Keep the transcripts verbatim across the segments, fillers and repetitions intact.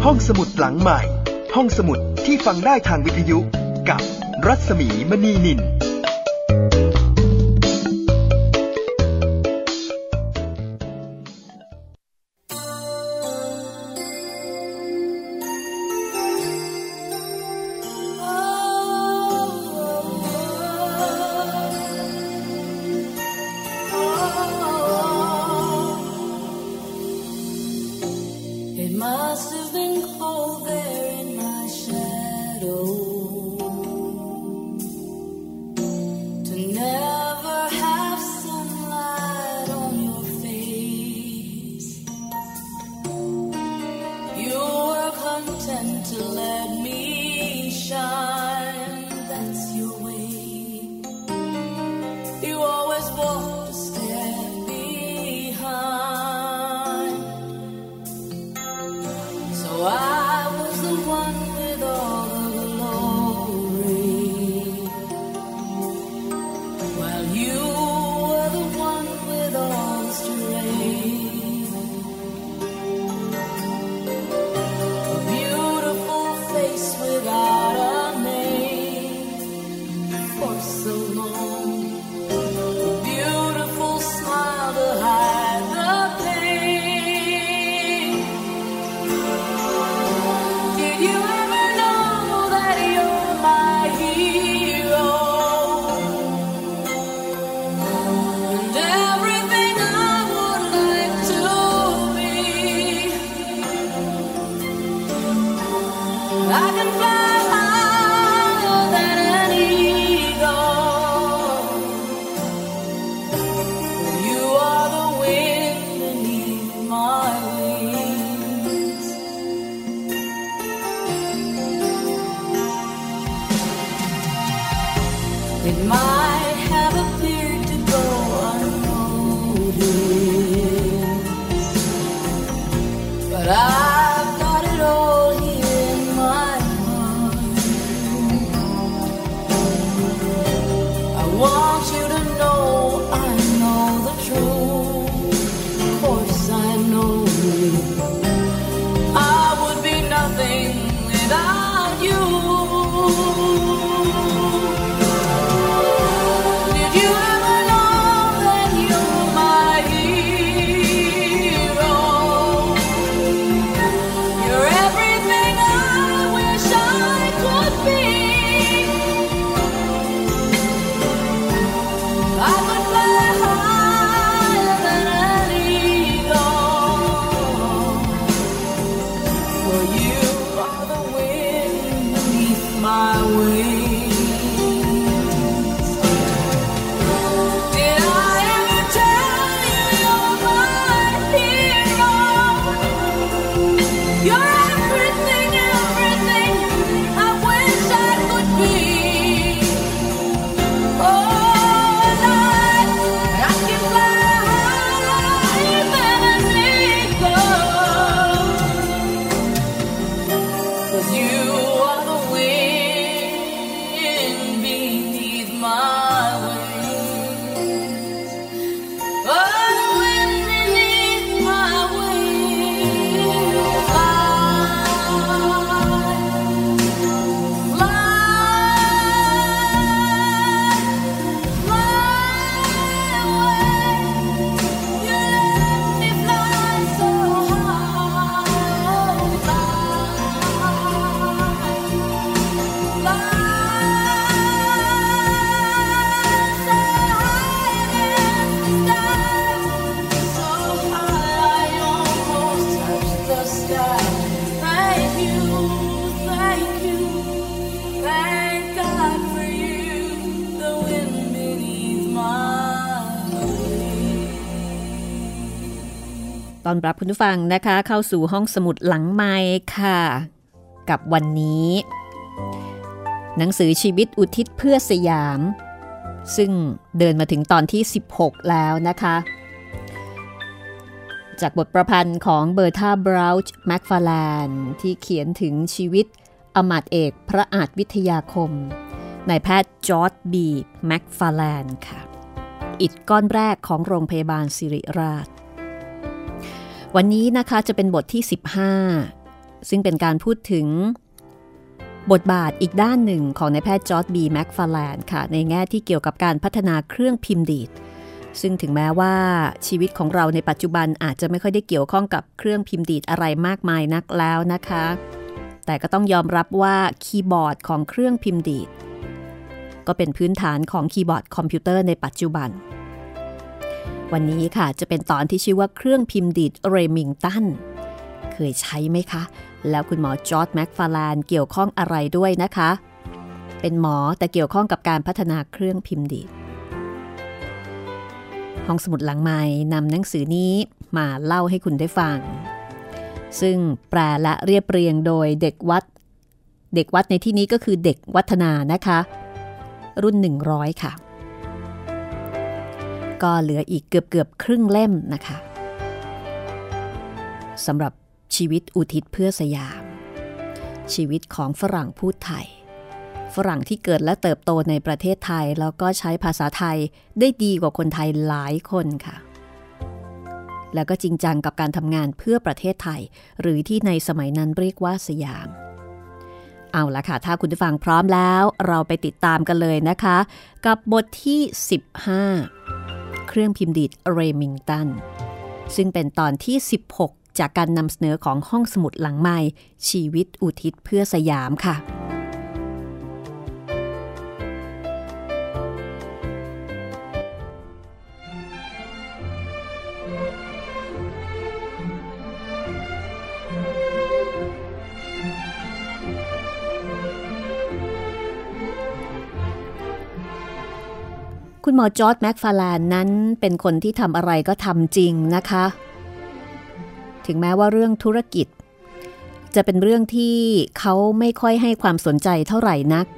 ห้องสมุดหลังใหม่ห้องสมุดที่ฟังได้ทางวิทยุกับรัศมีมณีนินต้อนรับคุณผู้ฟังนะคะเข้าสู่ห้องสมุดหลังไมค์ค่ะกับวันนี้หนังสือชีวิตอุทิศเพื่อสยามซึ่งเดินมาถึงตอนที่สิบหกแล้วนะคะจากบทประพันธ์ของเบอร์ธา บราวช์ แมคฟาร์แลนด์ที่เขียนถึงชีวิตอมาตย์เอกพระอาจวิทยาคมนายแพทย์จอร์จ บี แมคฟาร์แลนด์ค่ะอิฐก้อนแรกของโรงพยาบาลศิริราชวันนี้นะคะจะเป็นบทที่สิบห้าซึ่งเป็นการพูดถึงบทบาทอีกด้านหนึ่งของนายแพทย์จอร์จบีแม็กฟาแลนด์ค่ะในแง่ที่เกี่ยวกับการพัฒนาเครื่องพิมพ์ดีดซึ่งถึงแม้ว่าชีวิตของเราในปัจจุบันอาจจะไม่ค่อยได้เกี่ยวข้องกับเครื่องพิมพ์ดีดอะไรมากมายนักแล้วนะคะแต่ก็ต้องยอมรับว่าคีย์บอร์ดของเครื่องพิมพ์ดีดก็เป็นพื้นฐานของคีย์บอร์ดคอมพิวเตอร์ในปัจจุบันวันนี้ค่ะจะเป็นตอนที่ชื่อว่าเครื่องพิมพ์ดีดเรมิงตันเคยใช้ไหมคะแล้วคุณหมอจอร์จแม็กฟาแลนด์เกี่ยวข้องอะไรด้วยนะคะเป็นหมอแต่เกี่ยวข้องกับการพัฒนาเครื่องพิมพ์ดีดห้องสมุดหลังไมค์นำหนังสือนี้มาเล่าให้คุณได้ฟังซึ่งแปลและเรียบเรียงโดยเด็กวัดเด็กวัดในที่นี้ก็คือเด็กวัฒนานะคะรุ่นหนึ่งร้อยค่ะก็เหลืออีกเกือบเกือบครึ่งเล่มนะคะสำหรับชีวิตอุทิศเพื่อสยามชีวิตของฝรั่งพูดไทยฝรั่งที่เกิดและเติบโตในประเทศไทยแล้วก็ใช้ภาษาไทยได้ดีกว่าคนไทยหลายคนค่ะแล้วก็จริงจังกับการทำงานเพื่อประเทศไทยหรือที่ในสมัยนั้นเรียกว่าสยามเอาละค่ะถ้าคุณผู้ฟังพร้อมแล้วเราไปติดตามกันเลยนะคะกับบทที่สิบห้าเครื่องพิมพ์ดีดเรมิงตันซึ่งเป็นตอนที่สิบหกจากการนำเสนอของห้องสมุดหลังไมค์ชีวิตอุทิศเพื่อสยามค่ะคุณหมอจอร์จแม็กฟาแลนด์นั้นเป็นคนที่ทำอะไรก็ทำจริงนะคะถึงแม้ว่าเรื่องธุรกิจจะเป็นเรื่องที่เขาไม่ค่อยให้ความสนใจเท่าไหร่นัก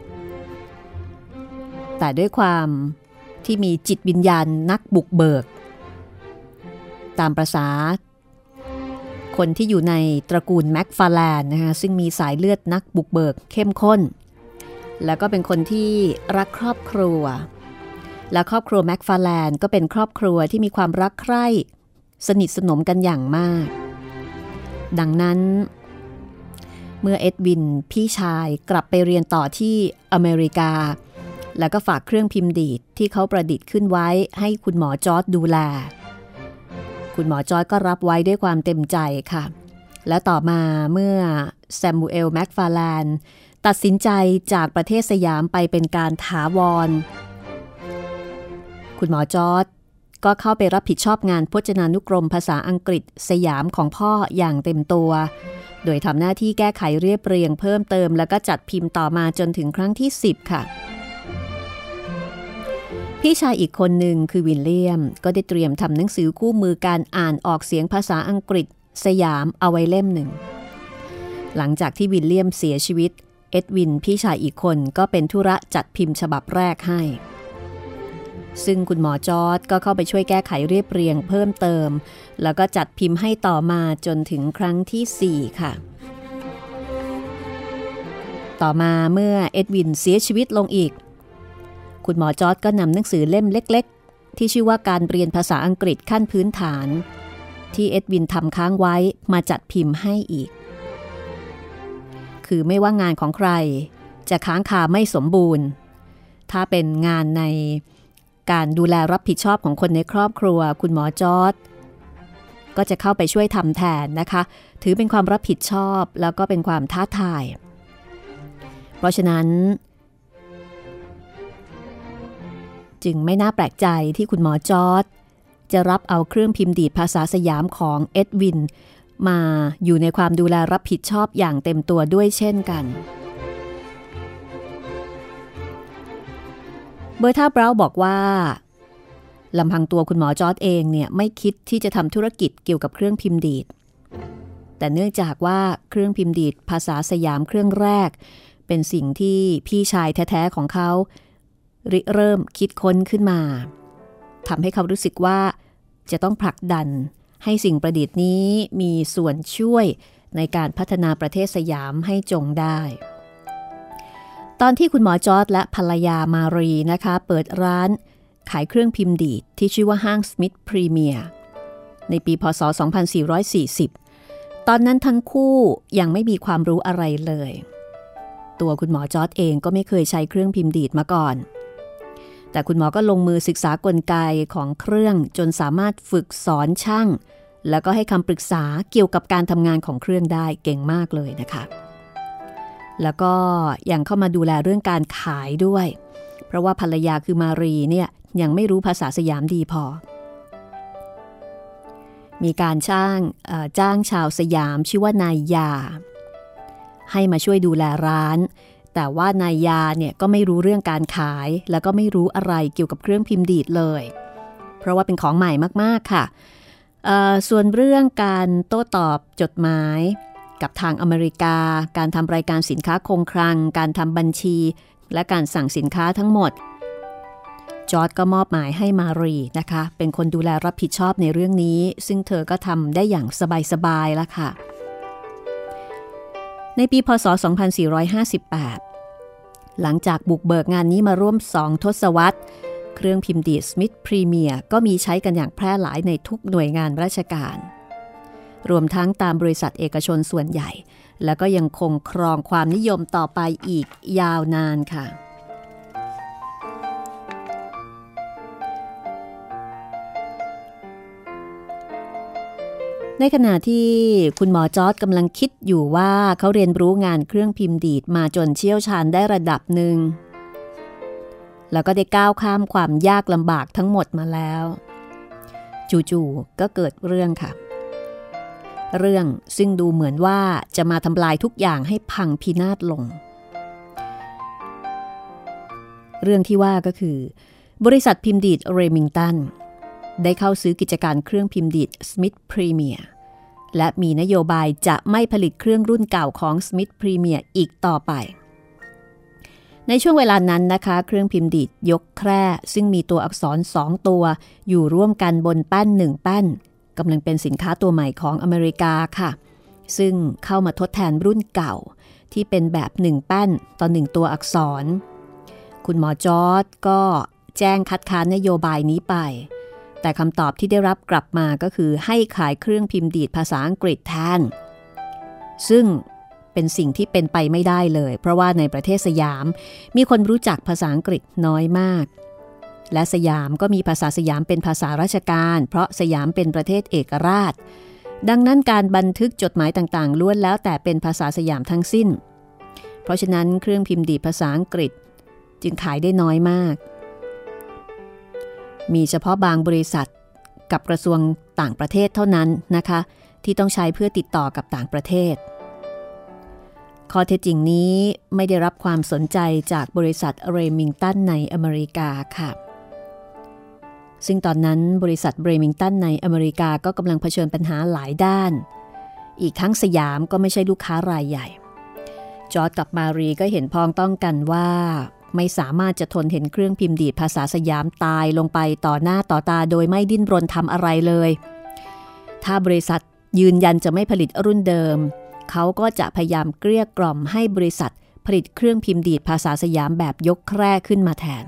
แต่ด้วยความที่มีจิตวิญญาณนักบุกเบิกตามประสาคนที่อยู่ในตระกูลแม็กฟาแลนด์นะคะซึ่งมีสายเลือดนักบุกเบิกเข้มข้นแล้วก็เป็นคนที่รักครอบครัวและครอบครัวแม็กฟาแลนด์ก็เป็นครอบครัวที่มีความรักใคร่สนิทสนมกันอย่างมากดังนั้นเมื่อเอ็ดวินพี่ชายกลับไปเรียนต่อที่อเมริกาแล้วก็ฝากเครื่องพิมพ์ดีดที่เขาประดิษฐ์ขึ้นไว้ให้คุณหมอจอร์จดูแลคุณหมอจอร์จก็รับไว้ด้วยความเต็มใจค่ะและต่อมาเมื่อแซมมูเอลแม็กฟาแลนด์ตัดสินใจจากประเทศสยามไปเป็นการถาวรคุณหมอจอร์จก็เข้าไปรับผิดชอบงานพจนานุกรมภาษาอังกฤษสยามของพ่ออย่างเต็มตัวโดยทำหน้าที่แก้ไขเรียบเรียงเพิ่มเติมแล้วก็จัดพิมพ์ต่อมาจนถึงครั้งที่สิบค่ะพี่ชายอีกคนหนึ่งคือวิลเลียมก็ได้เตรียมทำหนังสือคู่มือการอ่านออกเสียงภาษาอังกฤษสยามเอาไว้เล่มหนึ่งหลังจากที่วิลเลียมเสียชีวิตเอ็ดวินพี่ชายอีกคนก็เป็นธุระจัดพิมพ์ฉบับแรกให้ซึ่งคุณหมอจอร์จก็เข้าไปช่วยแก้ไขเรียบเรียงเพิ่มเติมแล้วก็จัดพิมพ์ให้ต่อมาจนถึงครั้งที่สี่ค่ะต่อมาเมื่อเอ็ดวินเสียชีวิตลงอีกคุณหมอจอร์จก็นำหนังสือเล่มเล็กๆที่ชื่อว่าการเรียนภาษาอังกฤษขั้นพื้นฐานที่เอ็ดวินทำค้างไว้มาจัดพิมพ์ให้อีกคือไม่ว่างานของใครจะค้างคาไม่สมบูรณ์ถ้าเป็นงานในการดูแลรับผิดชอบของคนในครอบครัวคุณหมอจอร์จก็จะเข้าไปช่วยทำแทนนะคะถือเป็นความรับผิดชอบแล้วก็เป็นความท้าทายเพราะฉะนั้นจึงไม่น่าแปลกใจที่คุณหมอจอร์จจะรับเอาเครื่องพิมพ์ดีดภาษาสยามของเอ็ดวินมาอยู่ในความดูแลรับผิดชอบอย่างเต็มตัวด้วยเช่นกันเบอร์ธาบราวน์บอกว่าลำพังตัวคุณหมอจอร์จเองเนี่ยไม่คิดที่จะทำธุรกิจเกี่ยวกับเครื่องพิมพ์ดีดแต่เนื่องจากว่าเครื่องพิมพ์ดีดภาษาสยามเครื่องแรกเป็นสิ่งที่พี่ชายแท้ๆของเขาริเริ่มคิดค้นขึ้นมาทำให้เขารู้สึกว่าจะต้องผลักดันให้สิ่งประดิษฐ์นี้มีส่วนช่วยในการพัฒนาประเทศสยามให้จงได้ตอนที่คุณหมอจอร์จและภรรยามารีนะคะเปิดร้านขายเครื่องพิมพ์ดีดที่ชื่อว่าห้างสมิธพรีเมียร์ในปีพ.ศ. สองพันสี่ร้อยสี่สิบตอนนั้นทั้งคู่ยังไม่มีความรู้อะไรเลยตัวคุณหมอจอร์จเองก็ไม่เคยใช้เครื่องพิมพ์ดีดมาก่อนแต่คุณหมอก็ลงมือศึกษากลไกของเครื่องจนสามารถฝึกสอนช่างแล้วก็ให้คำปรึกษาเกี่ยวกับการทำงานของเครื่องได้เก่งมากเลยนะคะแล้วก็ยังเข้ามาดูแลเรื่องการขายด้วยเพราะว่าภรรยาคือมารีเนี่ยยังไม่รู้ภาษาสยามดีพอมีการจ้างจ้างชาวสยามชื่อว่านายยาให้มาช่วยดูแลร้านแต่ว่านายยาเนี่ยก็ไม่รู้เรื่องการขายแล้วก็ไม่รู้อะไรเกี่ยวกับเครื่องพิมพ์ดีดเลยเพราะว่าเป็นของใหม่มากๆค่ะส่วนเรื่องการโต้ตอบจดหมายกับทางอเมริกาการทำรายการสินค้าคงคลังการทำบัญชีและการสั่งสินค้าทั้งหมดจอร์จก็มอบหมายให้มารีนะคะเป็นคนดูแลรับผิดชอบในเรื่องนี้ซึ่งเธอก็ทำได้อย่างสบายๆแล้วค่ะในปีพ.ศ. สองพันสี่ร้อยห้าสิบแปดหลังจากบุกเบิกงานนี้มาร่วมสองทศวรรษเครื่องพิมพ์ดีด Smith Premier ก็มีใช้กันอย่างแพร่หลายในทุกหน่วยงานราชการรวมทั้งตามบริษัทเอกชนส่วนใหญ่แล้วก็ยังคงครองความนิยมต่อไปอีกยาวนานค่ะในขณะที่คุณหมอจอร์จกำลังคิดอยู่ว่าเขาเรียนรู้งานเครื่องพิมพ์ดีดมาจนเชี่ยวชาญได้ระดับหนึ่งแล้วก็ได้ก้าวข้ามความยากลำบากทั้งหมดมาแล้วจู่ๆก็เกิดเรื่องค่ะเรื่องซึ่งดูเหมือนว่าจะมาทำลายทุกอย่างให้พังพินาศลงเรื่องที่ว่าก็คือบริษัทพิมพ์ดีดเรมิงตันได้เข้าซื้อกิจการเครื่องพิมพ์ดีด Smith Premier และมีนโยบายจะไม่ผลิตเครื่องรุ่นเก่าของ Smith Premier อีกต่อไปในช่วงเวลานั้นนะคะเครื่องพิมพ์ดีดยกแคร่ซึ่งมีตัวอักษรสองตัวอยู่ร่วมกันบนแป้นหนึ่งแป้นกำลังเป็นสินค้าตัวใหม่ของอเมริกาค่ะซึ่งเข้ามาทดแทนรุ่นเก่าที่เป็นแบบหนึ่งแป้นต่อหนึ่งตัวอักษรคุณหมอจอร์จก็แจ้งคัดค้านนโยบายนี้ไปแต่คำตอบที่ได้รับกลับมาก็คือให้ขายเครื่องพิมพ์ดีดภาษาอังกฤษแทนซึ่งเป็นสิ่งที่เป็นไปไม่ได้เลยเพราะว่าในประเทศสยามมีคนรู้จักภาษาอังกฤษน้อยมากและสยามก็มีภาษาสยามเป็นภาษาราชการเพราะสยามเป็นประเทศเอกราชดังนั้นการบันทึกจดหมายต่างๆล้วนแล้วแต่เป็นภาษาสยามทั้งสิ้นเพราะฉะนั้นเครื่องพิมพ์ดีดภาษาอังกฤษจึงขายได้น้อยมากมีเฉพาะบางบริษัทกับกระทรวงต่างประเทศเท่านั้นนะคะที่ต้องใช้เพื่อติดต่อกับต่างประเทศข้อเท็จจริงนี้ไม่ได้รับความสนใจจากบริษัทเรมิงตันในอเมริกาค่ะซึ่งตอนนั้นบริษัทเรมิงตันในอเมริกาก็กำลังเผชิญปัญหาหลายด้านอีกทั้งสยามก็ไม่ใช่ลูกค้ารายใหญ่จอร์จกับมารีก็เห็นพ้องต้องกันว่าไม่สามารถจะทนเห็นเครื่องพิมพ์ดีดภาษาสยามตายลงไปต่อหน้าต่อตาโดยไม่ดิ้นรนทำอะไรเลยถ้าบริษัทยืนยันจะไม่ผลิตรุ่นเดิมเขาก็จะพยายามเกลี้ยกล่อมให้บริษัทผลิตเครื่องพิมพ์ดีดภาษาสยามแบบยกแคร่ขึ้นมาแทน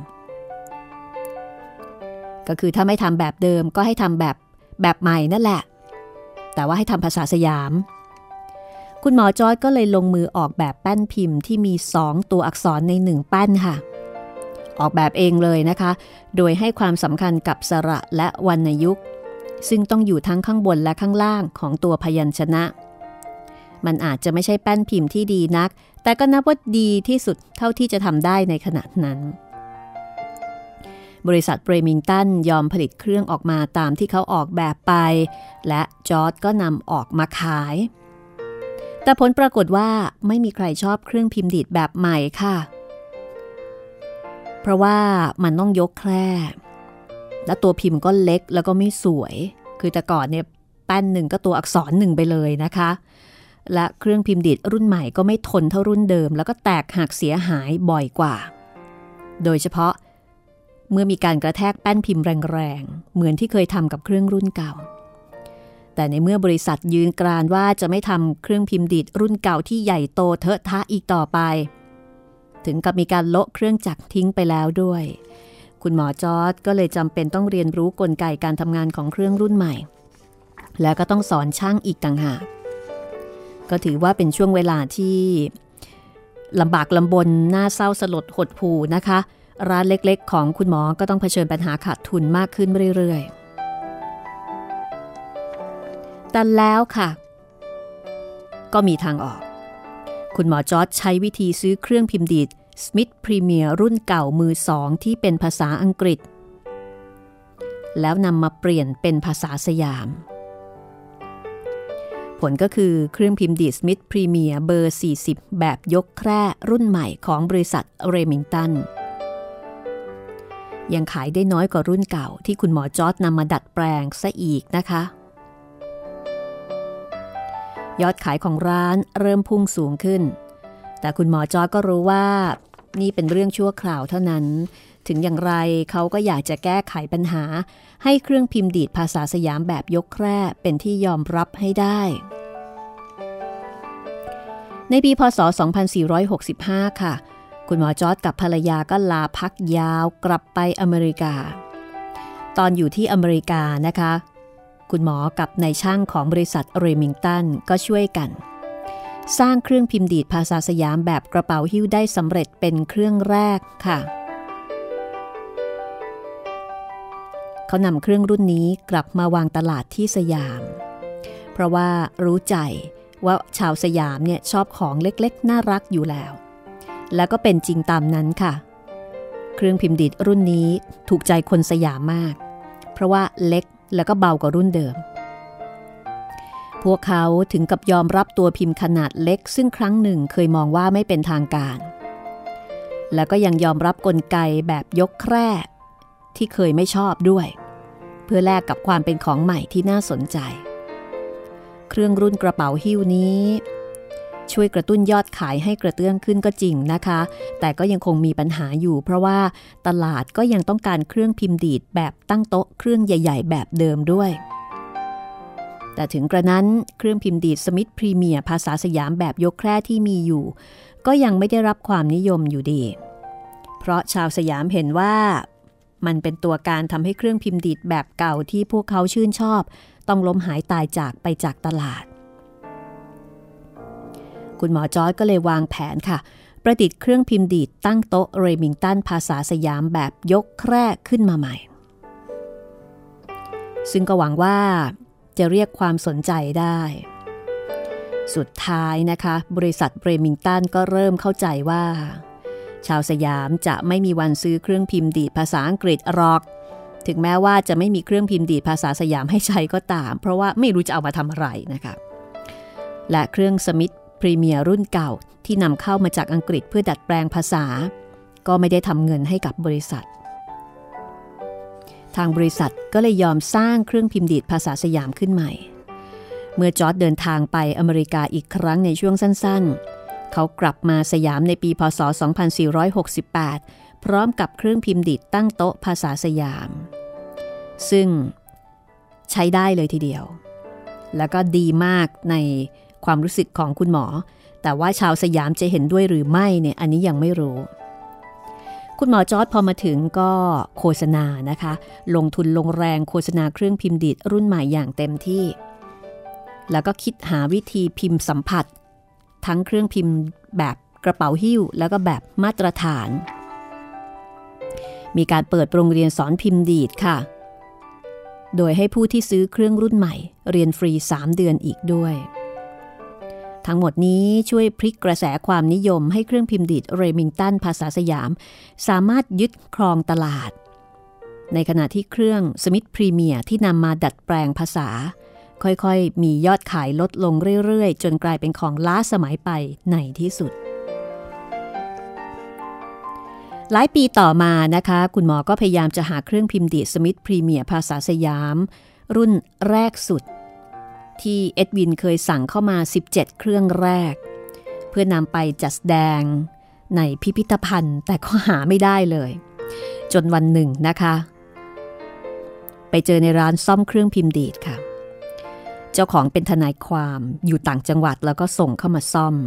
ก็คือถ้าไม่ทำแบบเดิมก็ให้ทำแบบแบบใหม่นั่นแหละแต่ว่าให้ทำภาษาสยามคุณหมอจอร์จก็เลยลงมือออกแบบแป้นพิมพ์ที่มีสองตัวอักษรในหนึ่งแป้นค่ะออกแบบเองเลยนะคะโดยให้ความสำคัญกับสระและวรรณยุกต์ซึ่งต้องอยู่ทั้งข้างบนและข้างล่างของตัวพยัญชนะมันอาจจะไม่ใช่แป้นพิมพ์ที่ดีนักแต่ก็นับว่าดีที่สุดเท่าที่จะทำได้ในขณะนั้นบริษัทเรมิงตันยอมผลิตเครื่องออกมาตามที่เขาออกแบบไปและจอร์จก็นำออกมาขายแต่ผลปรากฏว่าไม่มีใครชอบเครื่องพิมพ์ดีดแบบใหม่ค่ะเพราะว่ามันต้องยกแคร่และตัวพิมพ์ก็เล็กแล้วก็ไม่สวยคือแต่ก่อนเนี่ยแป้นหนึ่งก็ตัวอักษรหนึ่งไปเลยนะคะและเครื่องพิมพ์ดีดรุ่นใหม่ก็ไม่ทนเท่ารุ่นเดิมแล้วก็แตกหักเสียหายบ่อยกว่าโดยเฉพาะเมื่อมีการกระแทกแป้นพิมพ์แรงๆเหมือนที่เคยทำกับเครื่องรุ่นเก่าแต่ในเมื่อบริษัทยืนกรานว่าจะไม่ทำเครื่องพิมพ์ดีดรุ่นเก่าที่ใหญ่โตเทอะทะอีกต่อไปถึงกับมีการโละเครื่องจักรทิ้งไปแล้วด้วยคุณหมอจอร์จก็เลยจำเป็นต้องเรียนรู้กลไกการทำงานของเครื่องรุ่นใหม่แล้วก็ต้องสอนช่างอีกต่างหากก็ถือว่าเป็นช่วงเวลาที่ลำบากลำบนน่าเศร้าสลดหดหู่นะคะร้านเล็กๆของคุณหมอก็ต้องเผชิญปัญหาขาดทุนมากขึ้นเรื่อยๆแต่แล้วค่ะก็มีทางออกคุณหมอจอร์จใช้วิธีซื้อเครื่องพิมพ์ดีด Smith Premier รุ่นเก่ามือสองที่เป็นภาษาอังกฤษแล้วนำมาเปลี่ยนเป็นภาษาสยามผลก็คือเครื่องพิมพ์ดีด Smith Premier เบอร์ สี่สิบ แบบยกแคร่รุ่นใหม่ของบริษัท Remington ยังขายได้น้อยกว่ารุ่นเก่าที่คุณหมอจอร์จนำมาดัดแปลงซะอีกนะคะยอดขายของร้านเริ่มพุ่งสูงขึ้นแต่คุณหมอจอร์จก็รู้ว่านี่เป็นเรื่องชั่วคราวเท่านั้นถึงอย่างไรเขาก็อยากจะแก้ไขปัญหาให้เครื่องพิมพ์ดีดภาษาสยามแบบยกแคร่เป็นที่ยอมรับให้ได้ในปีพ.ศ. สองพันสี่ร้อยหกสิบห้าค่ะคุณหมอจอร์จกับภรรยาก็ลาพักยาวกลับไปอเมริกาตอนอยู่ที่อเมริกานะคะคุณหมอกับนายช่างของบริษัทเรมิงตันก็ช่วยกันสร้างเครื่องพิมพ์ดีดภาษาสยามแบบกระเป๋าหิ้วได้สำเร็จเป็นเครื่องแรกค่ะเขานำเครื่องรุ่นนี้กลับมาวางตลาดที่สยามเพราะว่ารู้ใจว่าชาวสยามเนี่ยชอบของเล็กๆน่ารักอยู่แล้วแล้วก็เป็นจริงตามนั้นค่ะเครื่องพิมพ์ดีดรุ่นนี้ถูกใจคนสยามมากเพราะว่าเล็กแล้วก็เบากว่ารุ่นเดิมพวกเขาถึงกับยอมรับตัวพิมพ์ขนาดเล็กซึ่งครั้งหนึ่งเคยมองว่าไม่เป็นทางการแล้วก็ยังยอมรับกลไกแบบยกแคร่ที่เคยไม่ชอบด้วยเพื่อแลกกับความเป็นของใหม่ที่น่าสนใจเครื่องรุ่นกระเป๋าหิ้วนี้ช่วยกระตุ้นยอดขายให้กระเตื้องขึ้นก็จริงนะคะแต่ก็ยังคงมีปัญหาอยู่เพราะว่าตลาดก็ยังต้องการเครื่องพิมพ์ดีดแบบตั้งโต๊ะเครื่องใหญ่ๆแบบเดิมด้วยแต่ถึงกระนั้นเครื่องพิมพ์ดีด Smith Premier ภาษาสยามแบบยกแคร่ที่มีอยู่ก็ยังไม่ได้รับความนิยมอยู่ดีเพราะชาวสยามเห็นว่ามันเป็นตัวการทำให้เครื่องพิมพ์ดีดแบบเก่าที่พวกเขาชื่นชอบต้องล้มหายตายจากไปจากตลาดคุณหมอจอร์จก็เลยวางแผนค่ะประดิษฐ์เครื่องพิมพ์ดีดตั้งโต๊ะเรมิงตันภาษาสยามแบบยกแคร่ขึ้นมาใหม่ซึ่งก็หวังว่าจะเรียกความสนใจได้สุดท้ายนะคะบริษัทเรมิงตันก็เริ่มเข้าใจว่าชาวสยามจะไม่มีวันซื้อเครื่องพิมพ์ดีดภาษาอังกฤษหรอกถึงแม้ว่าจะไม่มีเครื่องพิมพ์ดีดภาษาสยามให้ใช้ก็ตามเพราะว่าไม่รู้จะเอามาทำอะไรนะคะและเครื่อง Smith Premier รุ่นเก่าที่นำเข้ามาจากอังกฤษเพื่อดัดแปลงภาษาก็ไม่ได้ทำเงินให้กับบริษัททางบริษัทก็เลยยอมสร้างเครื่องพิมพ์ดีดภาษาสยามขึ้นใหม่เมื่อจอร์จเดินทางไปอเมริกาอีกครั้งในช่วงสั้นๆเขากลับมาสยามในปีพ.ศ. สองพันสี่ร้อยหกสิบแปดพร้อมกับเครื่องพิมพ์ดีดตั้งโต๊ะภาษาสยามซึ่งใช้ได้เลยทีเดียวแล้วก็ดีมากในความรู้สึกของคุณหมอแต่ว่าชาวสยามจะเห็นด้วยหรือไม่เนี่ยอันนี้ยังไม่รู้คุณหมอจอร์จพอมาถึงก็โฆษณานะคะลงทุนลงแรงโฆษณาเครื่องพิมพ์ดีดรุ่นใหม่อย่างเต็มที่แล้วก็คิดหาวิธีพิมพ์สัมผัสทั้งเครื่องพิมพ์แบบกระเป๋าหิ้วแล้วก็แบบมาตรฐานมีการเปิดโรงเรียนสอนพิมพ์ดีดค่ะโดยให้ผู้ที่ซื้อเครื่องรุ่นใหม่เรียนฟรีสามเดือนอีกด้วยทั้งหมดนี้ช่วยพลิกกระแสความนิยมให้เครื่องพิมพ์ดีดเรมิงตันภาษาสยามสามารถยึดครองตลาดในขณะที่เครื่อง Smith Premier ที่นำมาดัดแปลงภาษาค่อยๆมียอดขายลดลงเรื่อยๆจนกลายเป็นของล้าสมัยไปในที่สุดหลายปีต่อมานะคะคุณหมอก็พยายามจะหาเครื่องพิมพ์ดีด Smith Premier ภาษาสยามรุ่นแรกสุดที่เอ็ดวินเคยสั่งเข้ามาสิบเจ็ดเครื่องแรกเพื่อนำไปจัดแสดงในพิพิธภัณฑ์แต่ก็หาไม่ได้เลยจนวันหนึ่งนะคะไปเจอในร้านซ่อมเครื่องพิมพ์ดีดค่ะเจ้าของเป็นทนายความอยู่ต่างจังหวัดแล้วก็ส่งเข้ามาซ่อม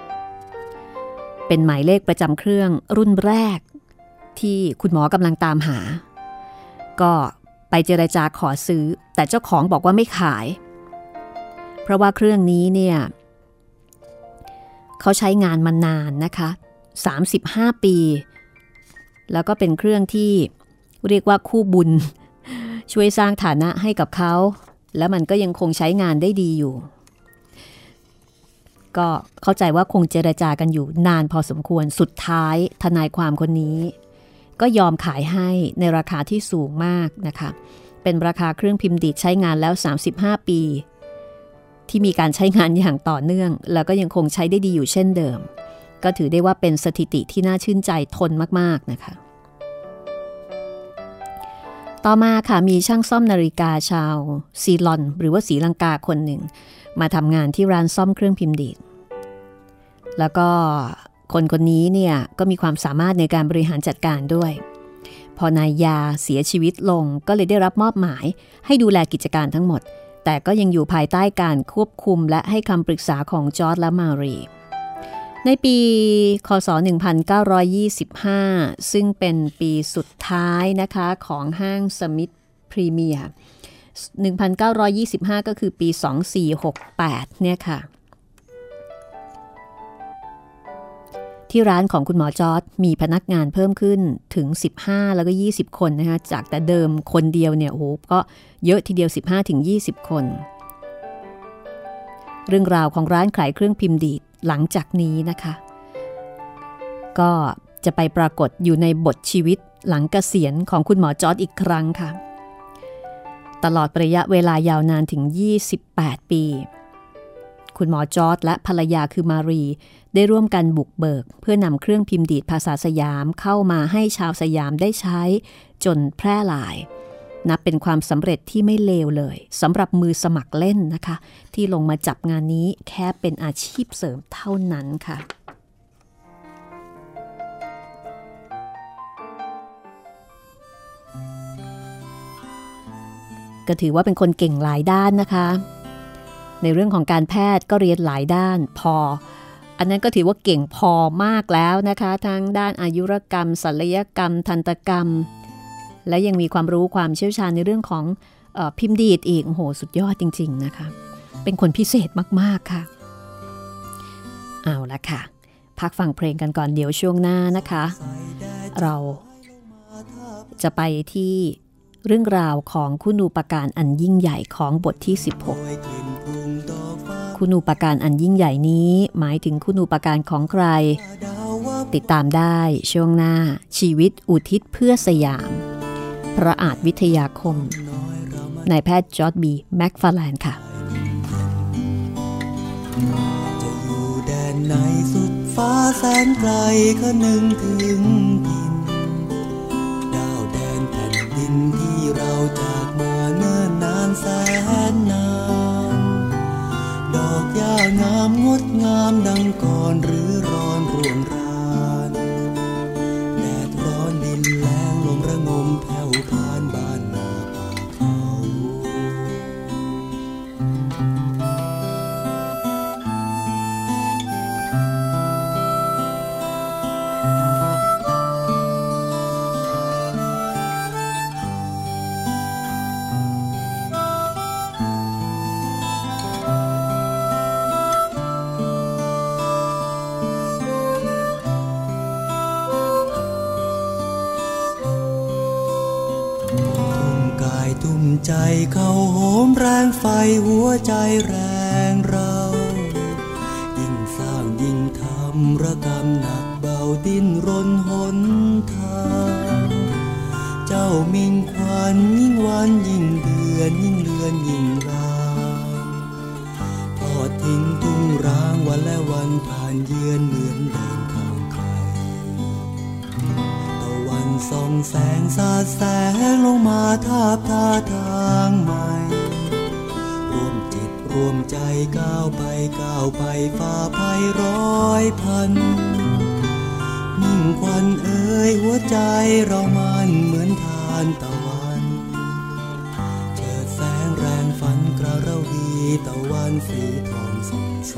เป็นหมายเลขประจำเครื่องรุ่นแรกที่คุณหมอกำลังตามหาก็ไปเจรจาขอซื้อแต่เจ้าของบอกว่าไม่ขายเพราะว่าเครื่องนี้เนี่ยเขาใช้งานมานานนะคะสามสิบห้าปีแล้วก็เป็นเครื่องที่เรียกว่าคู่บุญช่วยสร้างฐานะให้กับเขาแล้วมันก็ยังคงใช้งานได้ดีอยู่ก็เข้าใจว่าคงเจรจากันอยู่นานพอสมควรสุดท้ายทนายความคนนี้ก็ยอมขายให้ในราคาที่สูงมากนะคะเป็นราคาเครื่องพิมพ์ดีดใช้งานแล้วสามสิบห้าปีที่มีการใช้งานอย่างต่อเนื่องแล้วก็ยังคงใช้ได้ดีอยู่เช่นเดิมก็ถือได้ว่าเป็นสถิติที่น่าชื่นใจทนมากๆนะคะต่อมาค่ะมีช่างซ่อมนาฬิกาชาวซีลอนหรือว่าศรีลังกาคนหนึ่งมาทำงานที่ร้านซ่อมเครื่องพิมพ์ดีดแล้วก็คนคนนี้เนี่ยก็มีความสามารถในการบริหารจัดการด้วยพอนายยาเสียชีวิตลงก็เลยได้รับมอบหมายให้ดูแลกิจการทั้งหมดแต่ก็ยังอยู่ภายใต้การควบคุมและให้คำปรึกษาของจอร์จและมารีในปีค.ศ. หนึ่งพันเก้าร้อยยี่สิบห้าซึ่งเป็นปีสุดท้ายนะคะของห้างสมิธพรีเมียร์หนึ่งพันเก้าร้อยยี่สิบห้าก็คือปีสองพันสี่ร้อยหกสิบแปดเนี่ยค่ะที่ร้านของคุณหมอจอร์จมีพนักงานเพิ่มขึ้นถึงสิบห้าแล้วก็ยี่สิบคนนะคะจากแต่เดิมคนเดียวเนี่ยโอ้โหก็เยอะทีเดียว สิบห้าถึงยี่สิบ คนเรื่องราวของร้านขายเครื่องพิมพ์ดีดหลังจากนี้นะคะก็จะไปปรากฏอยู่ในบทชีวิตหลังเกษียณของคุณหมอจอร์จอีกครั้งค่ะตลอดระยะเวลายาวนานถึงยี่สิบแปดปีคุณหมอจอร์จและภรรยาคือมารีได้ร่วมกันบุกเบิกเพื่อนำเครื่องพิมพ์ดีดภาษาสยามเข้ามาให้ชาวสยามได้ใช้จนแพร่หลายนับเป็นความสำเร็จที่ไม่เลวเลยสำหรับมือสมัครเล่นนะคะที่ลงมาจับงานนี้แค่เป็นอาชีพเสริมเท่านั้นค่ะก็ถือว่าเป็นคนเก่งหลายด้านนะคะในเรื่องของการแพทย์ก็เรียนหลายด้านพออันนั้นก็ถือว่าเก่งพอมากแล้วนะคะทั้งด้านอายุรกรรมศัลยกรรมทันตกรรมและยังมีความรู้ความเชี่ยวชาญในเรื่องของเอ่อพิมพ์ดีดอีกโอ้โหสุดยอดจริงๆนะคะเป็นคนพิเศษมากๆค่ะเอาละค่ะพักฟังเพลงกันก่อนเดี๋ยวช่วงหน้านะคะเราจะไปที่เรื่องราวของคุณูปการอันยิ่งใหญ่ของบทที่สิบหกคุณูปการอันยิ่งใหญ่นี้หมายถึงคุณูปการของใครติดตามได้ช่วงหน้าชีวิตอุทิศเพื่อสยามพระอาจวิทยาคมนายแพทย์จอร์จบีแม็กฟาร์แลนด์ค่ะจะอยู่แดนไหนสุดฟ้าแสนไกลก็นึกถึงดินดาวแดนแผ่นดินที่เราจากมาเนิ่นนานแสนนานดอกหญ้างามงดงามดังก่อนหรือร้อนร่วงรานแดดร้อนดินแล้งลมระงมแผ่วผ่านบ้านนาป่าเขาทุ่มใจเข้าโหมแรงไฟหัวใจแรงเรายิ่งสร้างยิ่งทำระกำหนักเบาดิ้นรนหนทางเจ้ามิ่งควันยิ่งวันยิ่งเดือนยิ่งเลือนยิ่งรางทอดทิ้งทุ่งร้างวันและวันผ่านเยือนเหมือนเดินทางไกลส่องแสงสาดแสงลงมาทาบทาทางใหม่ร่วมจิตร่วมใจก้าวไปก้าวไปฝ่าภัยร้อยพันมิ่งควันเอ่ยหัวใจเรามันเหมือนทานตะวันเจิดแสงแรงฝันกระระวีตะวันสีทองสดใส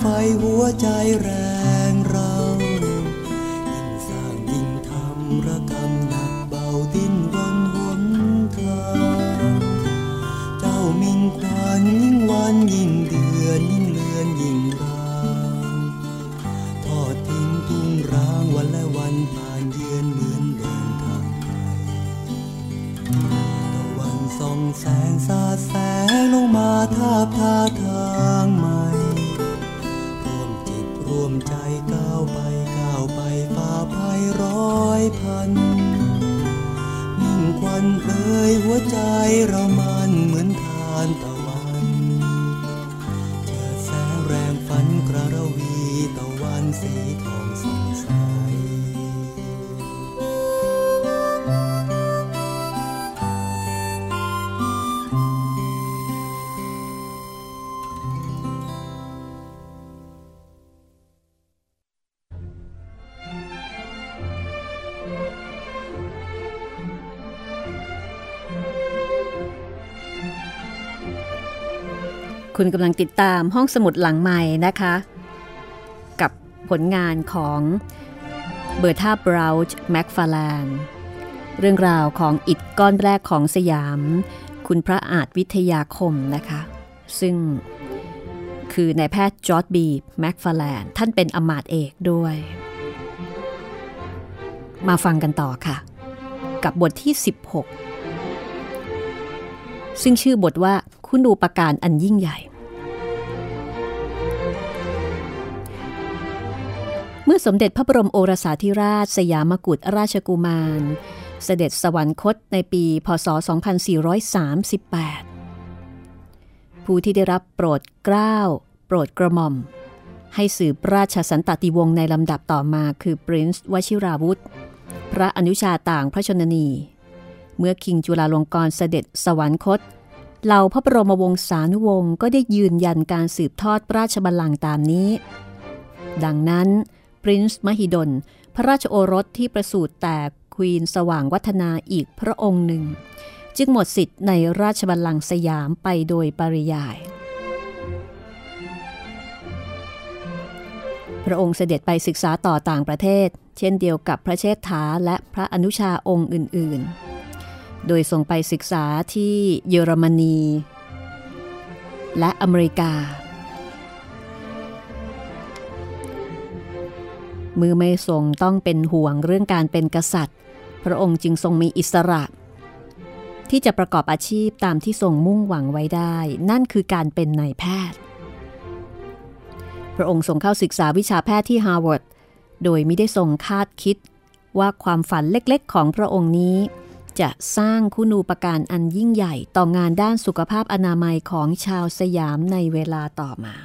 ไฟหัวใจแรงเรายิ่งสร้างยิ่งทำระกำหนักเบาดิ้นรนหนทางเจ้ามิ่งขวัญยิ่งวันยิ่งเดือนยิ่งเลือนยิ่งรางทอดทิ้งทุ่งร้างวันและวันผ่านเยือนเหมือนเดินทางไกลตะวันส่องแสงสาดแสงลงมาทาบทาทางใหม่ร่วมจิตร่วมใจก้าวไปก้าวไปฝ่าภัยร้อยพันมิ่งควันเอ่ยหัวใจเรามันเหมือนทานตะวันเจอแสงแรงฝันกระระวีตะวันสีทองสดใสคุณกำลังติดตามห้องสมุดหลังใหม่นะคะกับผลงานของเบอร์ธา บราวน์ แมคฟาร์แลนด์เรื่องราวของอิฐก้อนแรกของสยามคุณพระอาจวิทยาคมนะคะซึ่งคือนายแพทย์จอร์จบีแมคฟาร์แลนด์ท่านเป็นอมาตย์เอกด้วยมาฟังกันต่อค่ะกับบทที่สิบหกซึ่งชื่อบทว่าคุณูปการอันยิ่งใหญ่เมื่อสมเด็จพระบรมโอรสาธิราชสยามกุฎราชกุมารเสด็จสวรรคตในปีพ.ศ. สองพันสี่ร้อยสามสิบแปดผู้ที่ได้รับโปรดเกล้าโปรดกระหม่อมให้สืบราชสันตติวงศ์ในลำดับต่อมาคือปรินซ์วชิราวุธพระอนุชาต่างพระชนนีเมื่อคิงจุฬาลงกรณ์เสด็จสวรรคตเหล่าพระบรมวงศานุวงศ์ก็ได้ยืนยันการสืบทอดราชบัลลังก์ตามนี้ดังนั้นปรินซ์มหิดลพระราชโอรสที่ประสูติแต่ควีนสว่างวัฒนาอีกพระองค์หนึ่งจึงหมดสิทธิ์ในราชบัลลังก์สยามไปโดยปริยายพระองค์เสด็จไปศึกษาต่อต่างประเทศเช่นเดียวกับพระเชษฐาและพระอนุชาองค์อื่นๆโดยส่งไปศึกษาที่เยอรมนีและอเมริกามือไม่ทรงต้องเป็นห่วงเรื่องการเป็นกษัตริย์พระองค์จึงทรงมีอิสระที่จะประกอบอาชีพตามที่ทรงมุ่งหวังไว้ได้นั่นคือการเป็นนายแพทย์พระองค์ทรงเข้าศึกษาวิชาแพทย์ที่ฮาร์วาร์ดโดยไม่ได้ทรงคาดคิดว่าความฝันเล็กๆของพระองค์นี้จะสร้างคุณูปการอันยิ่งใหญ่ต่องานด้านสุขภาพอนามัยของชาวสยามในเวลาต่อมา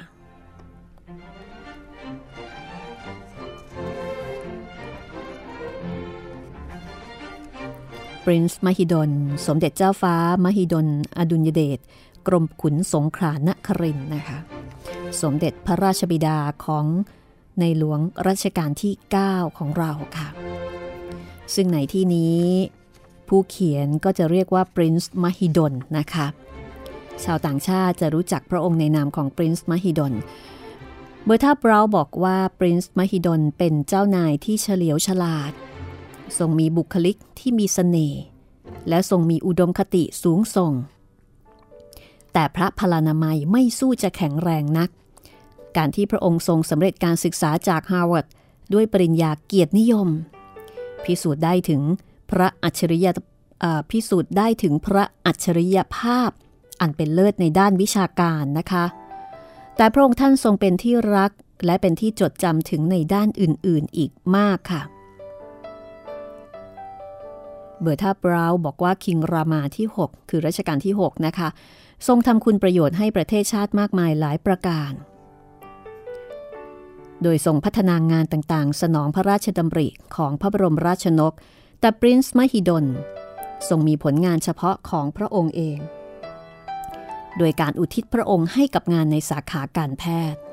ปรินซ์มหิดลสมเด็จเจ้าฟ้ามหิดลอดุลยเดชกรมขุนสงขลานครินทร์นะคะสมเด็จพระราชบิดาของในหลวงรัชกาลที่เก้าของเราค่ะซึ่งในที่นี้ผู้เขียนก็จะเรียกว่าปรินซ์มหิดลนะคะชาวต่างชาติจะรู้จักพระองค์ในนามของปรินซ์มหิดลเบอร์ธา บราวน์บอกว่าปรินซ์มหิดลเป็นเจ้านายที่เฉลียวฉลาดทรงมีบุคลิกที่มีเสน่ห์และทรงมีอุดมคติสูงส่งแต่พระพลานามัยไม่สู้จะแข็งแรงนักการที่พระองค์ทรงสำเร็จการศึกษาจากฮาร์วาร์ดด้วยปริญญาเกียรตินิยมพิสูจน์ได้ถึงพระอัจฉริยะพิสูจน์ได้ถึงพระอัจฉริยภาพอันเป็นเลิศในด้านวิชาการนะคะแต่พระองค์ท่านทรงเป็นที่รักและเป็นที่จดจำถึงในด้านอื่นๆอีกมากค่ะเบอร์ธา บราวน์บอกว่าคิงรามาที่หกคือรัชกาลที่หกนะคะทรงทำคุณประโยชน์ให้ประเทศชาติมากมายหลายประการโดยทรงพัฒนางานต่างๆสนองพระราชดำริของพระบรมราชนกแต่ปรินซ์มหิดลทรงมีผลงานเฉพาะของพระองค์เองโดยการอุทิศพระองค์ให้กับงานในสาขาการแพทย์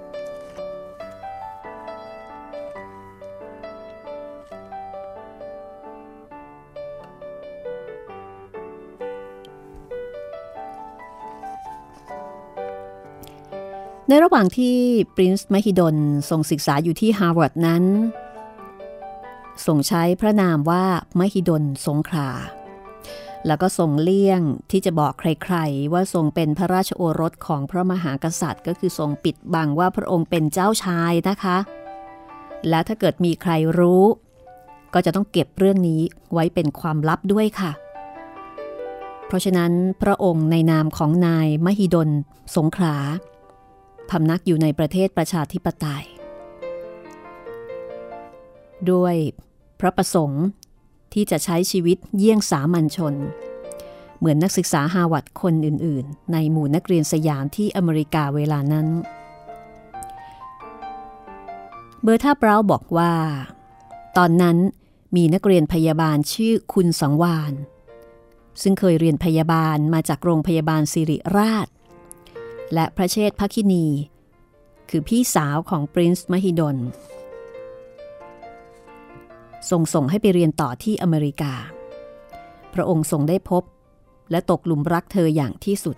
ในระหว่างที่ปรินซ์มหิดลทรงศึกษาอยู่ที่ฮาร์วาร์ดนั้นทรงใช้พระนามว่ามหิดลสงขลาแล้วก็ทรงเลี่ยงที่จะบอกใครๆว่าทรงเป็นพระราชโอรสของพระมหากษัตริย์ก็คือทรงปิดบังว่าพระองค์เป็นเจ้าชายนะคะและถ้าเกิดมีใครรู้ก็จะต้องเก็บเรื่องนี้ไว้เป็นความลับด้วยค่ะเพราะฉะนั้นพระองค์ในนามของนายมหิดลสงขลาพำนักอยู่ในประเทศประชาธิปไตยด้วยพระประสงค์ที่จะใช้ชีวิตเยี่ยงสามัญชนเหมือนนักศึกษาฮาร์วาร์ดคนอื่นๆในหมู่นักเรียนสยามที่อเมริกาเวลานั้นเบอร์ธาเบราบอกว่าตอนนั้นมีนักเรียนพยาบาลชื่อคุณสังวาลซึ่งเคยเรียนพยาบาลมาจากโรงพยาบาลศิริราชและพระเชษฐภคินีคือพี่สาวของปรินซ์มหิดลส่งส่งให้ไปเรียนต่อที่อเมริกาพระองค์ทรงได้พบและตกหลุมรักเธออย่างที่สุด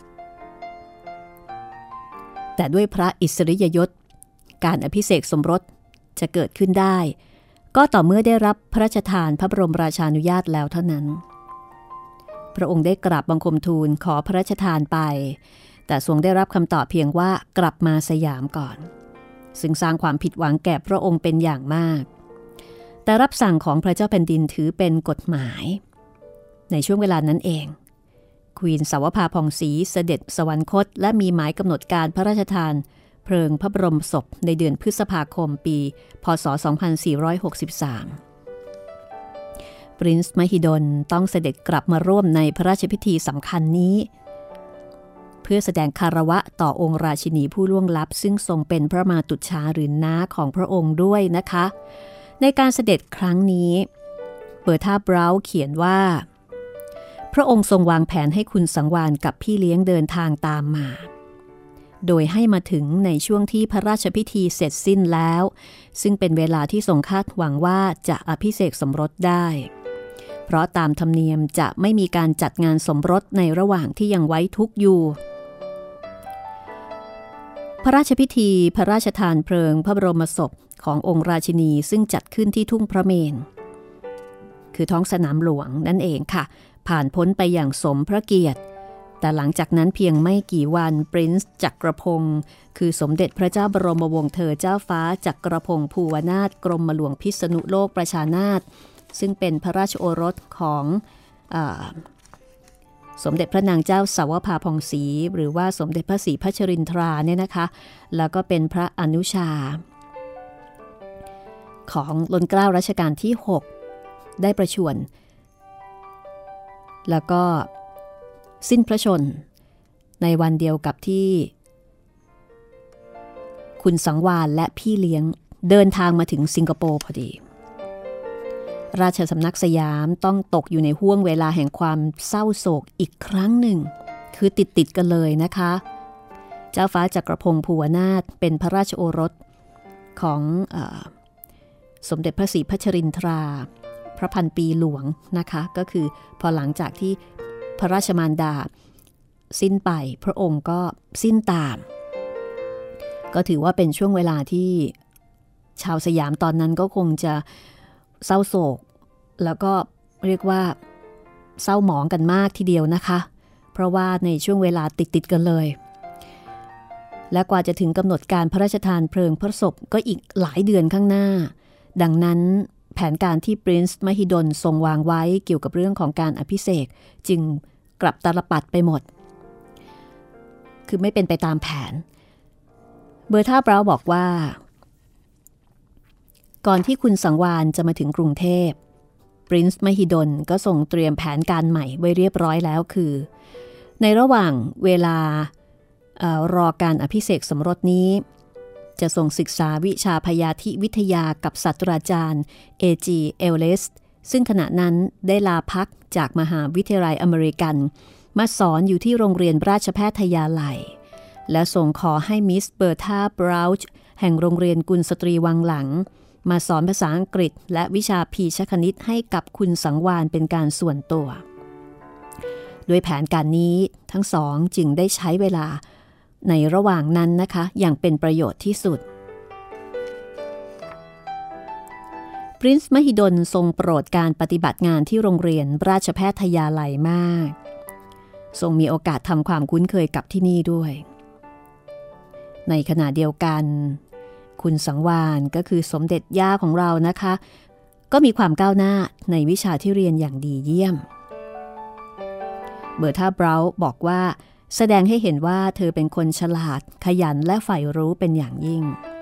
แต่ด้วยพระอิสริยยศการอภิเษกสมรสจะเกิดขึ้นได้ก็ต่อเมื่อได้รับพระราชทานพระบรมราชานุญาตแล้วเท่านั้นพระองค์ได้กราบบังคมทูลขอพระราชทานไปแต่ทรงได้รับคำตอบเพียงว่ากลับมาสยามก่อนซึ่งสร้างความผิดหวังแก่พระองค์เป็นอย่างมากแต่รับสั่งของพระเจ้าแผ่นดินถือเป็นกฎหมายในช่วงเวลานั้นเองควีนสาวภาพองศรีเสด็จสวรรคตและมีหมายกำหนดการพระราชทานเพลิงพระบรมศพในเดือนพฤษภาคมปีพ.ศ. สองพันสี่ร้อยหกสิบสามปรินซ์มหิดลต้องเสด็จกลับมาร่วมในพระราชพิธีสำคัญนี้เพื่อแสดงคารวะต่อองค์ราชินีผู้ล่วงลับซึ่งทรงเป็นพระมาตุจฉาหรือน้าของพระองค์ด้วยนะคะในการเสด็จครั้งนี้เบอร์ธาเบราเขียนว่าพระองค์ทรงวางแผนให้คุณสังวาลกับพี่เลี้ยงเดินทางตามมาโดยให้มาถึงในช่วงที่พระราชพิธีเสร็จสิ้นแล้วซึ่งเป็นเวลาที่ทรงคาดหวังว่าจะอภิเษกสมรสได้เพราะตามธรรมเนียมจะไม่มีการจัดงานสมรสในระหว่างที่ยังไว้ทุกข์อยู่พระราชพิธีพระราชทานเพลิงพระบรมศพขององค์ราชินีซึ่งจัดขึ้นที่ทุ่งพระเมรุคือท้องสนามหลวงนั่นเองค่ะผ่านพ้นไปอย่างสมพระเกียรติแต่หลังจากนั้นเพียงไม่กี่วันปรินซ์จักรพงศ์คือสมเด็จพระเจ้าบรมวงศ์เธอเจ้าฟ้าจักรพงศ์ภูวนาถกรมหลวงพิษณุโลกประชานาถซึ่งเป็นพระราชโอรสของอ่าสมเด็จพระนางเจ้าสาวภาพองศรีหรือว่าสมเด็จพระศรีพัชรินทราเนี่ยนะคะแล้วก็เป็นพระอนุชาของล้นเกล้ารัชกาลที่หกได้ประชวรแล้วก็สิ้นพระชนในวันเดียวกับที่คุณสังวาลและพี่เลี้ยงเดินทางมาถึงสิงคโปร์พอดีราชสำนักสยามต้องตกอยู่ในห้วงเวลาแห่งความเศร้าโศกอีกครั้งหนึ่งคือติดติดกันเลยนะคะเจ้าฟ้าจักรพงศ์ภูวนาถเป็นพระราชโอรสของเอ่อสมเด็จพระศรีพัชรินทราพระพันปีหลวงนะคะก็คือพอหลังจากที่พระราชมารดาสิ้นไปพระองค์ก็สิ้นตามก็ถือว่าเป็นช่วงเวลาที่ชาวสยามตอนนั้นก็คงจะเศร้าโศกแล้วก็เรียกว่าเศร้าหมองกันมากทีเดียวนะคะเพราะว่าในช่วงเวลาติดติดกันเลยและกว่าจะถึงกำหนดการพระราชทานเพลิงพระศพก็อีกหลายเดือนข้างหน้าดังนั้นแผนการที่ปรินซ์มหิดลทรงวางไว้เกี่ยวกับเรื่องของการอภิเษกจึงกลับตาลปัดไปหมดคือไม่เป็นไปตามแผนเบอร์ธาเบราบอกว่าก่อนที่คุณสังวาลจะมาถึงกรุงเทพปรินซ์มหิดลก็ส่งเตรียมแผนการใหม่ไว้เรียบร้อยแล้วคือในระหว่างเวลารอการอภิเษกสมรสนี้จะส่งศึกษาวิชาพยาธิวิทยากับศาสตราจารย์ เอ จี เอลเลสซึ่งขณะนั้นได้ลาพักจากมหาวิทยาลัยอเมริกันมาสอนอยู่ที่โรงเรียนราชแพทยาลัยและส่งขอให้มิสเบอร์ธาเบราชแห่งโรงเรียนกุลสตรีวังหลังมาสอนภาษาอังกฤษและวิชาพีชคณิตให้กับคุณสังวาลเป็นการส่วนตัวด้วยแผนการนี้ทั้งสองจึงได้ใช้เวลาในระหว่างนั้นนะคะอย่างเป็นประโยชน์ที่สุดปรินซ์มหิดลทรงโปรดการปฏิบัติงานที่โรงเรียนราชแพทยาลัยมากทรงมีโอกาสทำความคุ้นเคยกับที่นี่ด้วยในขณะเดียวกันคุณสังวาลก็คือสมเด็จย่าของเรานะคะก็มีความก้าวหน้าในวิชาที่เรียนอย่างดีเยี่ยมเบอร์ธาเบราท์บอกว่าแสดงให้เห็นว่าเธอเป็นคนฉลาดขยันและใฝ่รู้เป็นอย่างยิ่ง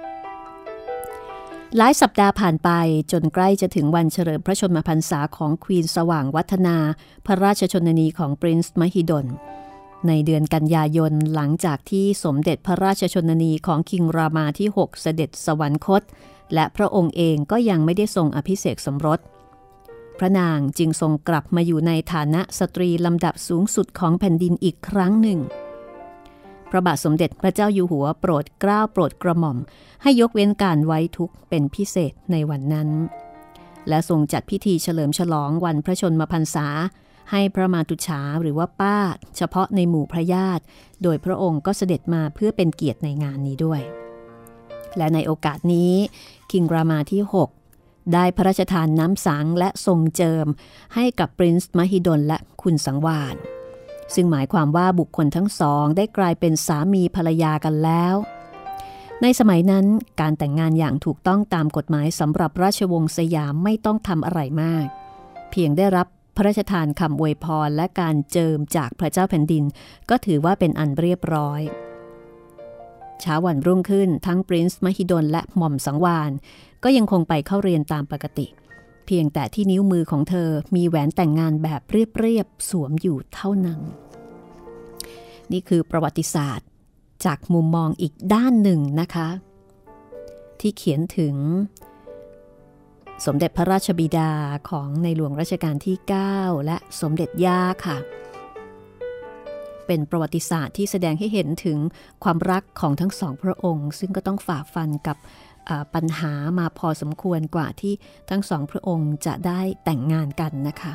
หลายสัปดาห์ผ่านไปจนใกล้จะถึงวันเฉลิมพระชนมพรรษาของควีนสว่างวัฒนาพระราชชนนีของปรินซ์มหิดลในเดือนกันยายนหลังจากที่สมเด็จพระราชชนนีของคิงรามาที่หกเสด็จสวรรคตและพระองค์เองก็ยังไม่ได้ทรงอภิเษกสมรสพระนางจึงทรงกลับมาอยู่ในฐานะสตรีลำดับสูงสุดของแผ่นดินอีกครั้งหนึ่งพระบาทสมเด็จพระเจ้าอยู่หัวโปรดเกล้าโปรดกระหม่อมให้ยกเว้นการไว้ทุกข์เป็นพิเศษในวันนั้นและทรงจัดพิธีเฉลิมฉลองวันพระชนมพรรษาให้พระมาตุฉาหรือว่าป้าเฉพาะในหมู่พระญาติโดยพระองค์ก็เสด็จมาเพื่อเป็นเกียรติในงานนี้ด้วยและในโอกาสนี้คิงรามาที่หกได้พระราชทานน้ำสังและทรงเจิมให้กับปรินซ์มหิดลและคุณสังวาลซึ่งหมายความว่าบุคคลทั้งสองได้กลายเป็นสามีภรรยากันแล้วในสมัยนั้นการแต่งงานอย่างถูกต้องตามกฎหมายสำหรับราชวงศ์สยามไม่ต้องทำอะไรมากเพียงได้รับพระราชทานคำอวยพรและการเจิมจากพระเจ้าแผ่นดินก็ถือว่าเป็นอันเรียบร้อยเช้าวันรุ่งขึ้นทั้งปรินซ์มหิดลและหม่อมสังวาลก็ยังคงไปเข้าเรียนตามปกติเพียงแต่ที่นิ้วมือของเธอมีแหวนแต่งงานแบบเรียบๆสวมอยู่เท่านั้นนี่คือประวัติศาสตร์จากมุมมองอีกด้านหนึ่งนะคะที่เขียนถึงสมเด็จพระราชบิดาของในหลวงรัชกาลที่เก้าและสมเด็จย่าค่ะเป็นประวัติศาสตร์ที่แสดงให้เห็นถึงความรักของทั้งสองพระองค์ซึ่งก็ต้องฝ่าฟันกับปัญหามาพอสมควรกว่าที่ทั้งสองพระองค์จะได้แต่งงานกันนะคะ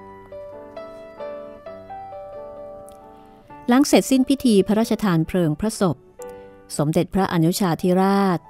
หลังเสร็จสิ้นพิธีพระราชทานเพลิงพระศพสมเด็จพระอนุชาธิราช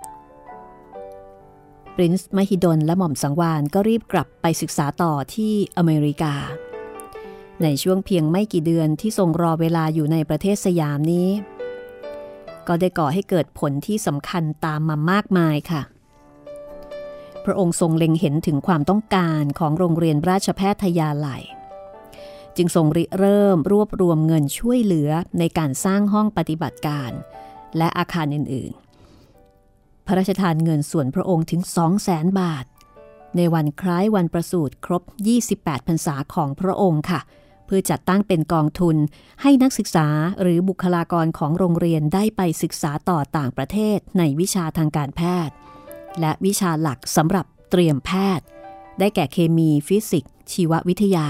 ปรินซ์มหิดลและหม่อมสังวาลก็รีบกลับไปศึกษาต่อที่อเมริกาในช่วงเพียงไม่กี่เดือนที่ทรงรอเวลาอยู่ในประเทศสยามนี้ก็ได้ก่อให้เกิดผลที่สำคัญตามมามากมายค่ะพระองค์ทรงเล็งเห็นถึงความต้องการของโรงเรียนราชแพทยาลัยจึงทรงริเริ่มรวบรวมเงินช่วยเหลือในการสร้างห้องปฏิบัติการและอาคารอื่นๆพระราชทานเงินส่วนพระองค์ถึง สองแสน บาทในวันคล้ายวันประสูติครบยี่สิบแปดพรรษาของพระองค์ค่ะเพื่อจัดตั้งเป็นกองทุนให้นักศึกษาหรือบุคลากรของโรงเรียนได้ไปศึกษาต่อต่างประเทศในวิชาทางการแพทย์และวิชาหลักสำหรับเตรียมแพทย์ได้แก่เคมีฟิสิกส์ชีววิทยา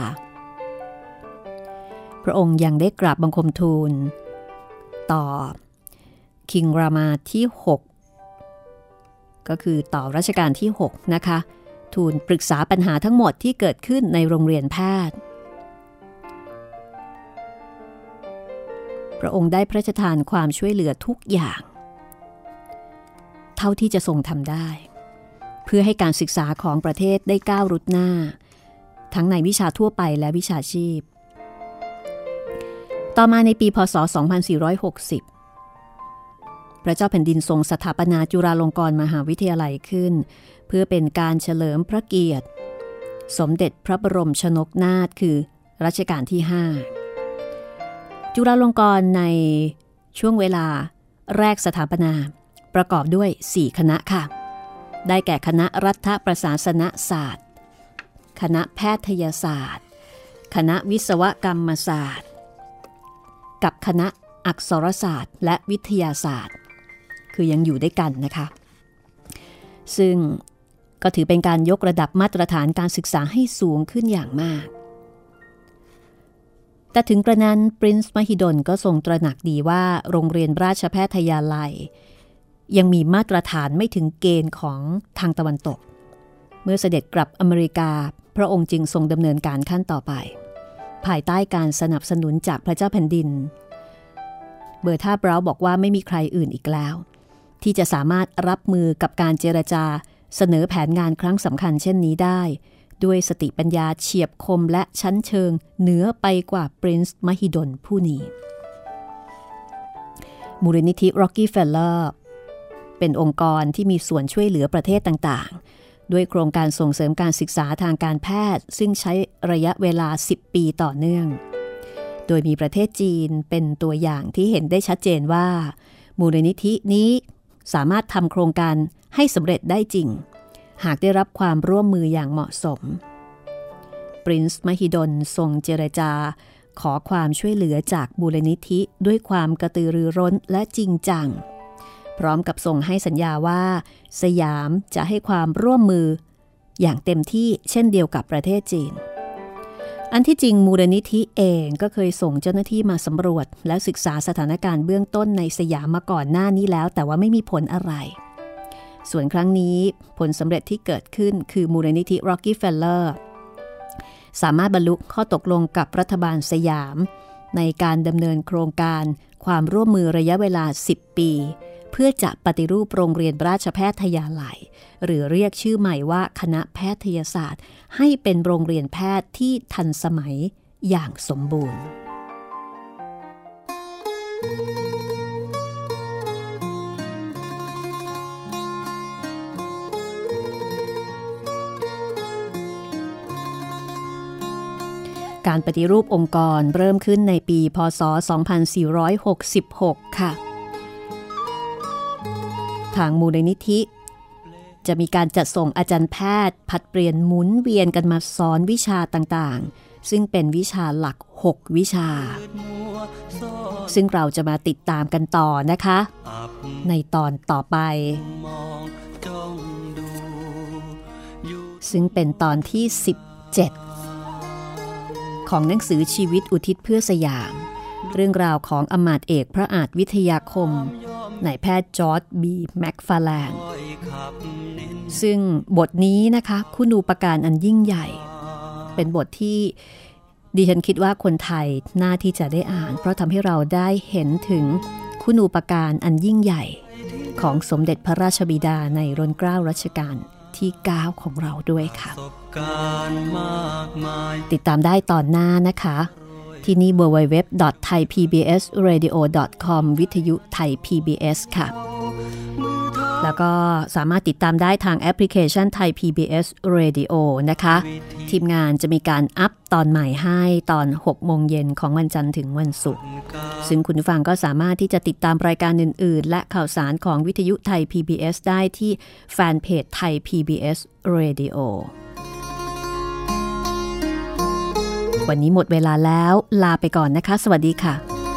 พระองค์ยังได้กราบบังคมทูลต่อคิงรามาที่หกก็คือต่อรัชกาลที่หกนะคะทูลปรึกษาปัญหาทั้งหมดที่เกิดขึ้นในโรงเรียนแพทย์พระองค์ได้พระราชทานความช่วยเหลือทุกอย่างเท่าที่จะทรงทำได้เพื่อให้การศึกษาของประเทศได้ก้าวรุดหน้าทั้งในวิชาทั่วไปและวิชาชีพต่อมาในปีพ.ศ. สองพันสี่ร้อยหกสิบพระเจ้าแผ่นดินทรงสถาปนาจุฬาลงกรณ์มหาวิทยาลัยขึ้นเพื่อเป็นการเฉลิมพระเกียรติสมเด็จพระบรมชนกนาถคือรัชกาลที่ห้าจุฬาลงกรณ์ในช่วงเวลาแรกสถาปนาประกอบด้วยสี่คณะค่ะได้แก่คณะรัฐประศาสนศาสตร์คณะแพทยศาสตร์คณะวิศวกรรมศาสตร์กับคณะอักษรศาสตร์และวิทยาศาสตร์คือยังอยู่ด้วยกันนะคะซึ่งก็ถือเป็นการยกระดับมาตรฐานการศึกษาให้สูงขึ้นอย่างมากแต่ถึงกระนั้นปรินซ์มหิดลก็ทรงตระหนักดีว่าโรงเรียนราชแพทยาลัยยังมีมาตรฐานไม่ถึงเกณฑ์ของทางตะวันตกเมื่อเสด็จกลับอเมริกาพระองค์จึงทรงดำเนินการขั้นต่อไปภายใต้การสนับสนุนจากพระเจ้าแผ่นดินเบอร์ธาบราวน์บอกว่าไม่มีใครอื่นอีกแล้วที่จะสามารถรับมือกับการเจรจาเสนอแผนงานครั้งสำคัญเช่นนี้ได้ด้วยสติปัญญาเฉียบคมและชั้นเชิงเหนือไปกว่าปรินซ์มหิดลผู้นี้มูลนิธิ Rockefeller เป็นองค์กรที่มีส่วนช่วยเหลือประเทศต่างๆด้วยโครงการส่งเสริมการศึกษาทางการแพทย์ซึ่งใช้ระยะเวลาสิบปีต่อเนื่องโดยมีประเทศจีนเป็นตัวอย่างที่เห็นได้ชัดเจนว่ามูลนิธินี้สามารถทำโครงการให้สำเร็จได้จริงหากได้รับความร่วมมืออย่างเหมาะสมปรินซ์มหิดลทรงเจรจาขอความช่วยเหลือจากมูลนิธิด้วยความกระตือรือร้นและจริงจังพร้อมกับส่งให้สัญญาว่าสยามจะให้ความร่วมมืออย่างเต็มที่เช่นเดียวกับประเทศจีนอันที่จริงมูลนิธิเองก็เคยส่งเจ้าหน้าที่มาสำรวจและศึกษาสถานการณ์เบื้องต้นในสยามมาก่อนหน้านี้แล้วแต่ว่าไม่มีผลอะไรส่วนครั้งนี้ผลสำเร็จที่เกิดขึ้นคือมูลนิธิ Rockefeller สามารถบรรลุข้อตกลงกับรัฐบาลสยามในการดำเนินโครงการความร่วมมือระยะเวลาสิบปีเพื่อจะปฏิรูปโรงเรียนราชแพทยาลัยหรือเรียกชื่อใหม่ว่าคณะแพทยศาสตร์ให้เป็นโรงเรียนแพทย์ที่ทันสมัยอย่างสมบูรณ์การปฏิรูปองค์กรเริ่มขึ้นในปีพ.ศ. สองพันสี่ร้อยหกสิบหก ค่ะทางมูลนิธิจะมีการจัดส่งอาจารย์แพทย์ผัดเปลี่ยนหมุนเวียนกันมาสอนวิชาต่างๆซึ่งเป็นวิชาหลักหกวิชาซึ่งเราจะมาติดตามกันต่อนะคะในตอนต่อไปซึ่งเป็นตอนที่สิบเจ็ดของหนังสือชีวิตอุทิศเพื่อสยามเรื่องราวของอมาตย์เอกพระอาจวิทยาคมนายแพทย์จอร์จบีแม็กฟาร์แลนด์ซึ่งบทนี้นะคะคุณูปการอันยิ่งใหญ่เป็นบทที่ดิฉันคิดว่าคนไทยน่าที่จะได้อ่านเพราะทำให้เราได้เห็นถึงคุณูปการอันยิ่งใหญ่ของสมเด็จพระราชบิดาในรัชกาลรัชกาลที่เก้าของเราด้วยค่ะติดตามได้ตอนหน้านะคะที่นี่ ดับเบิลยู ดับเบิลยู ดับเบิลยู ดอท ไทย พี บี เอส เรดิโอ ดอท คอม วิทยุไทย พี บี เอส ค่ะแล้วก็สามารถติดตามได้ทางแอปพลิเคชันไทย พี บี เอส Radio นะคะทีมงานจะมีการอัพตอนใหม่ให้ตอนหกโมงเย็นของวันจันทร์ถึงวันศุกร์ซึ่งคุณผู้ฟังก็สามารถที่จะติดตามรายการอื่นๆและข่าวสารของวิทยุไทย พี บี เอส ได้ที่แฟนเพจไทย พี บี เอส Radio วันนี้หมดเวลาแล้วลาไปก่อนนะคะสวัสดีค่ะ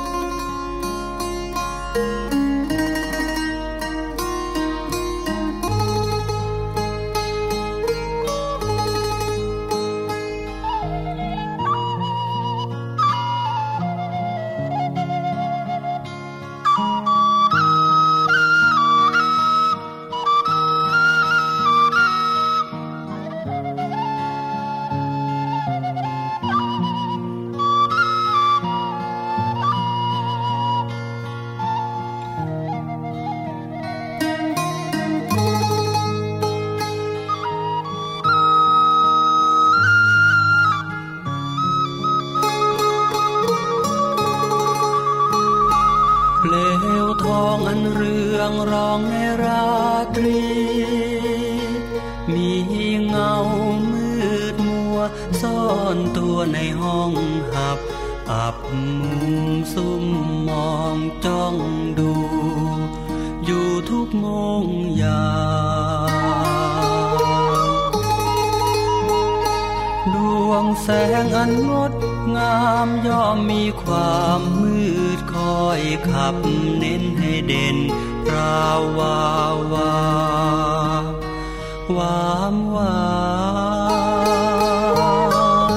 แสงอันงดงามย่อมมีความมืดคอยขับเน้นให้เด่นราววาวาวามวาน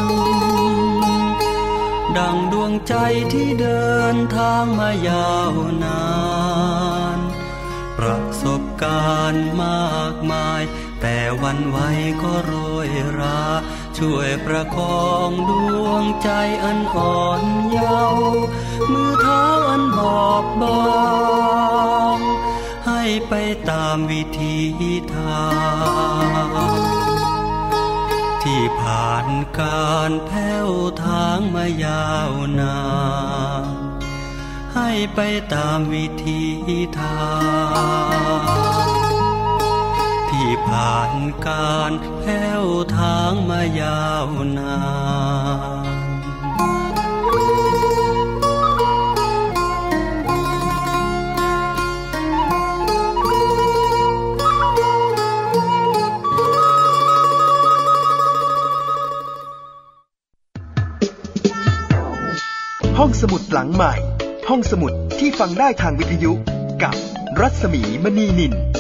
ดังดวงใจที่เดินทางมายาวนานประสบการณ์มากมายแต่วันไหวก็โรยราช่วยประคองดวงใจอันอ่อนเยาว์มือเท้าอันบอบบางให้ไปตามวิธีทางที่ผ่านการแผ้วทางมายาวนานให้ไปตามวิธีทางที่ผ่านการแผ้วทางมายาวนานห้องสมุดหลังใหม่ห้องสมุดที่ฟังได้ทางวิทยุกับรัศมีมณีนิน